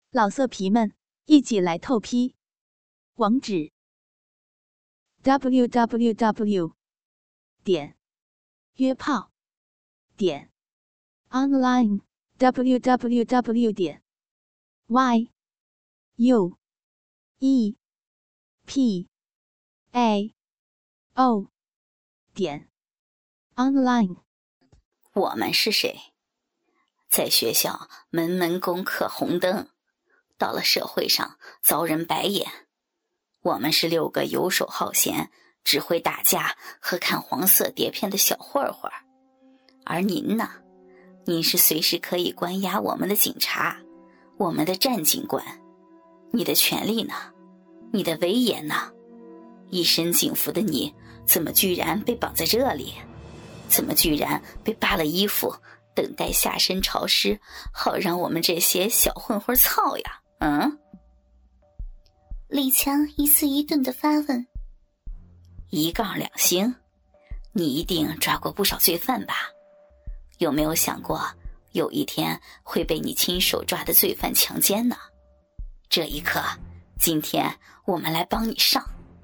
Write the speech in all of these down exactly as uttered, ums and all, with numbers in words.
老色皮们，一起来透批！网址 ：double u double u double u 点约炮点 online w w w 点 y u e p a o 点 online。 我们是谁？在学校门门功课红灯，到了社会上遭人白眼。我们是六个游手好闲，只会打架和看黄色碟片的小混混。而您呢？您是随时可以关押我们的警察，我们的战警官。你的权利呢？你的威严呢？一身警服的你，怎么居然被绑在这里？怎么居然被扒了衣服，等待下身潮湿，好让我们这些小混混操呀？嗯？ 李强一字一顿地发问。 一杠两星，你一定抓过不少罪犯吧？有没有想过，有一天会被你亲手抓的罪犯强奸呢？这一刻，今天我们来帮你上。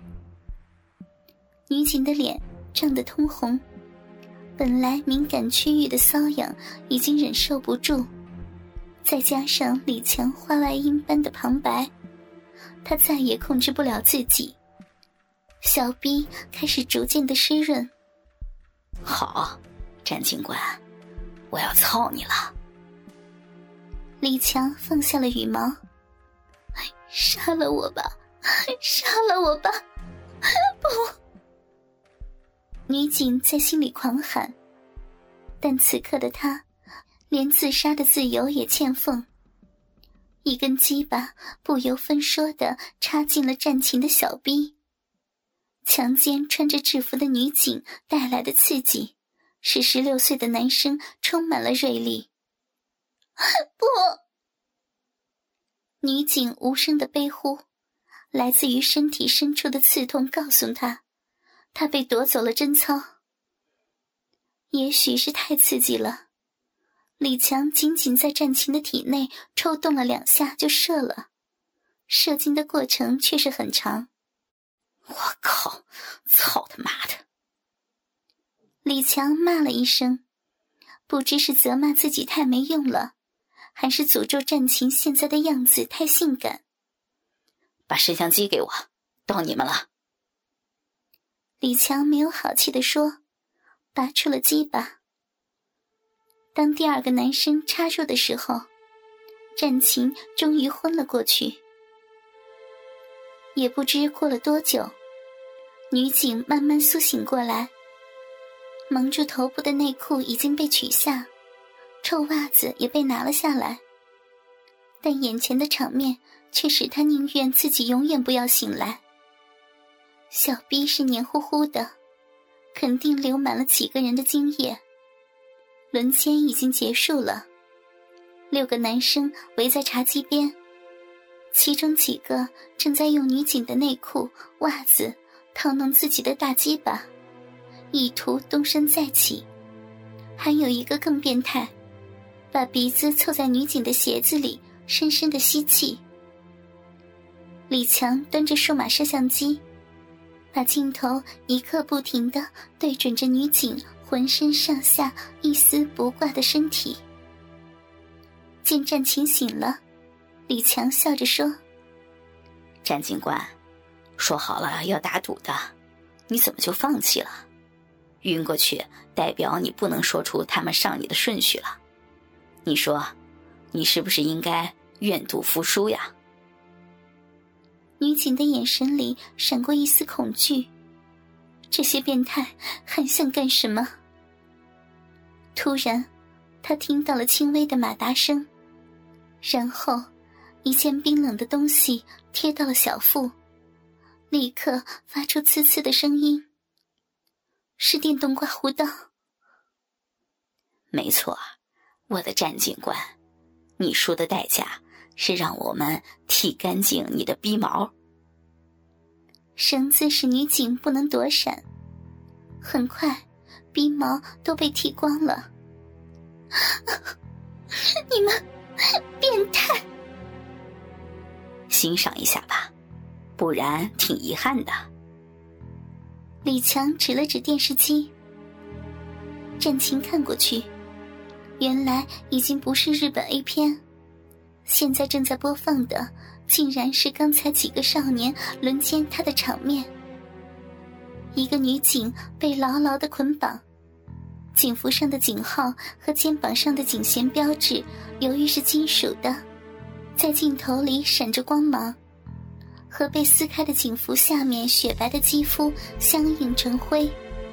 女警的脸涨得通红，本来敏感区域的瘙痒已经忍受不住，再加上李强话外音般的旁白，他再也控制不了自己，小臂开始逐渐的湿润。 好，战警官，我要操你了。 李强放下了羽毛。杀了我吧，杀了我吧，不！女警在心里狂喊，但此刻的她连自杀的自由也欠奉。一根鸡巴不由分说地插进了战琴的小臂。强奸穿着制服的女警带来的刺激，使十六岁的男生充满了锐利。不！女警无声的悲呼，来自于身体深处的刺痛告诉她，她被夺走了贞操。也许是太刺激了，李强仅仅在战琴的体内抽动了两下就射了，射精的过程却是很长。 我靠，操他妈的！ 李强骂了一声，不知是责骂自己太没用了，还是诅咒战琴现在的样子太性感。 把摄像机给我，到你们了。 李强没有好气地说，拔出了鸡巴。当第二个男生插入的时候，战琴终于昏了过去。也不知过了多久，女警慢慢苏醒过来，蒙住头部的内裤已经被取下，臭袜子也被拿了下来，但眼前的场面却使她宁愿自己永远不要醒来。小逼是黏糊糊的，肯定流满了几个人的精液。轮奸已经结束了，六个男生围在茶几边，其中几个正在用女警的内裤、袜子套弄自己的大鸡巴，意图东山再起。还有一个更变态，把鼻子凑在女警的鞋子里，深深的吸气。李强端着数码摄像机，把镜头一刻不停地对准着女警浑身上下一丝不挂的身体。见战琴醒了，李强笑着说： 战警官，说好了要打赌的，你怎么就放弃了？晕过去代表你不能说出他们上你的顺序了。你说，你是不是应该愿赌服输呀？ 女警的眼神里闪过一丝恐惧，这些变态还想干什么？突然，她听到了轻微的马达声，然后一件冰冷的东西贴到了小腹，立刻发出呲呲的声音。是电动刮胡刀。 没错，我的战警官，你输的代价是让我们剃干净你的逼毛。 绳子使女警不能躲闪，很快逼毛都被剃光了。你们变态！ 欣赏一下吧，不然挺遗憾的。 李强指了指电视机，战琴看过去，原来已经不是日本 A 片，现在正在播放的竟然是刚才几个少年轮奸他的场面。一个女警被牢牢地捆绑，警服上的警号和肩膀上的警衔标志由于是金属的，在镜头里闪着光芒，和被撕开的警服下面雪白的肌肤相映成辉。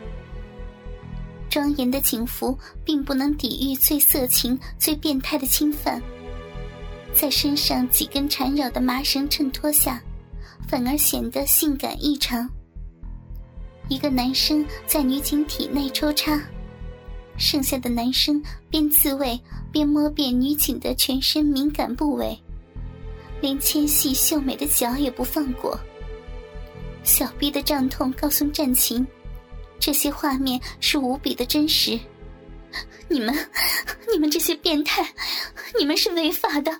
庄严的警服并不能抵御最色情最变态的侵犯，在身上几根缠绕的麻绳衬托下，反而显得性感异常。一个男生在女警体内抽插，剩下的男生边自慰边摸遍女警的全身敏感部位，连纤细秀美的脚也不放过。小臂的胀痛告诉战琴，这些画面是无比的真实。你们你们这些变态，你们是违法的。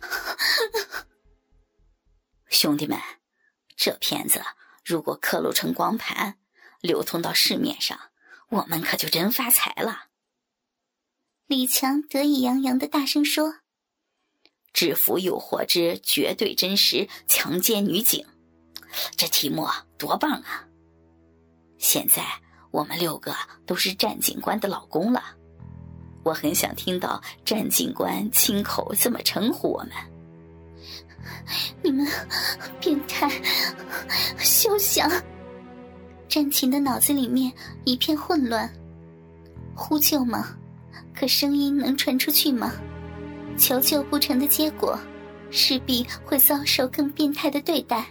兄弟们，这片子如果刻录成光盘流通到市面上，我们可就真发财了。 李强得意洋洋地大声说， 制服诱惑之绝对真实强奸女警，这题目多棒啊！现在我们六个都是战警官的老公了，我很想听到战警官亲口这么称呼我们。 你们变态休想！战琴的脑子里面一片混乱，呼救吗？可声音能传出去吗？求救不成的结果，势必会遭受更变态的对待。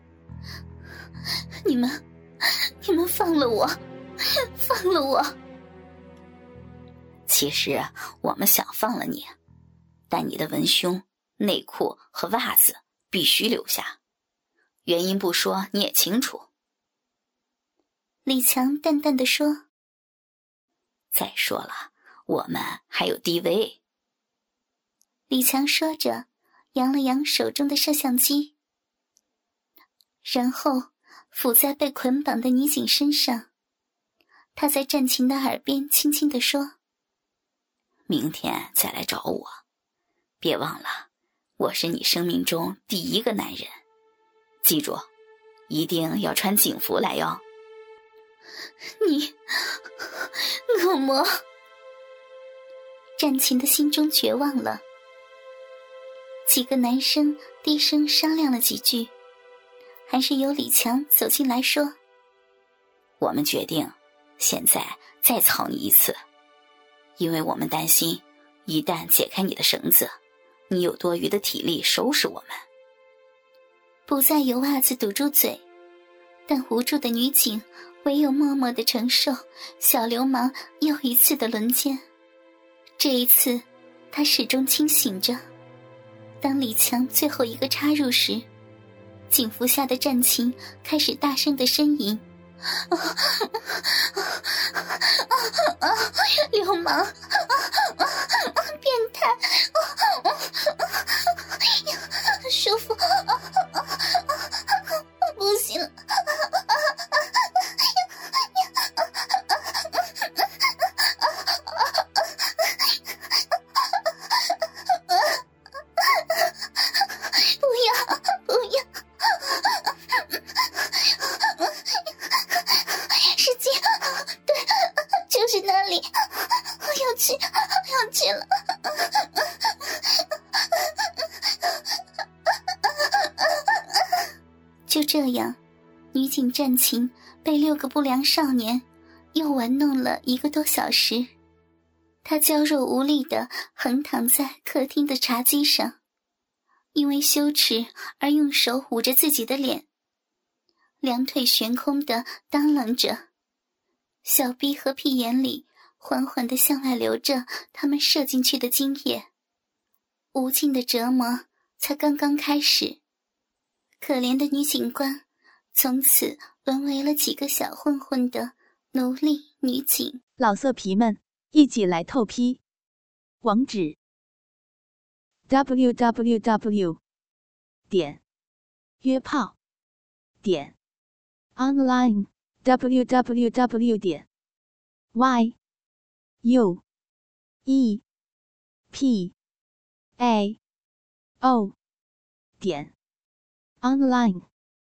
你们你们放了我，放了我！ 其实我们想放了你，但你的文胸、内裤和袜子必须留下，原因不说你也清楚。 李强淡淡地说， 再说了，我们还有 D V。 李强说着扬了扬手中的摄像机，然后伏在被捆绑的女警身上，他在战琴的耳边轻轻地说， 明天再来找我，别忘了我是你生命中第一个男人，记住一定要穿警服来哟。 你恶魔！战琴的心中绝望了。几个男生低声商量了几句，还是由李强走进来说， 我们决定现在再操你一次，因为我们担心一旦解开你的绳子，你有多余的体力收拾我们。 不再有袜子堵住嘴，但无助的女警唯有默默地承受小流氓又一次的轮奸。这一次她始终清醒着。当李强最后一个插入时，警服下的战琴开始大声地呻吟，啊啊啊啊、流氓、啊啊啊、变态、啊啊啊、舒服、啊啊啊、不行了、啊啊就这样，女警战琴被六个不良少年又玩弄了一个多小时。她娇弱无力地横躺在客厅的茶几上，因为羞耻而用手捂着自己的脸，两腿悬空地当啷着，小臂和屁眼里缓缓地向外流着他们射进去的精液。无尽的折磨才刚刚开始，可怜的女警官从此沦为了几个小混混的奴隶女警。 老色皮们，一起来透批！网址 ：double u double u double u 点约炮点 online w w w 点 y u e p a o 点 online。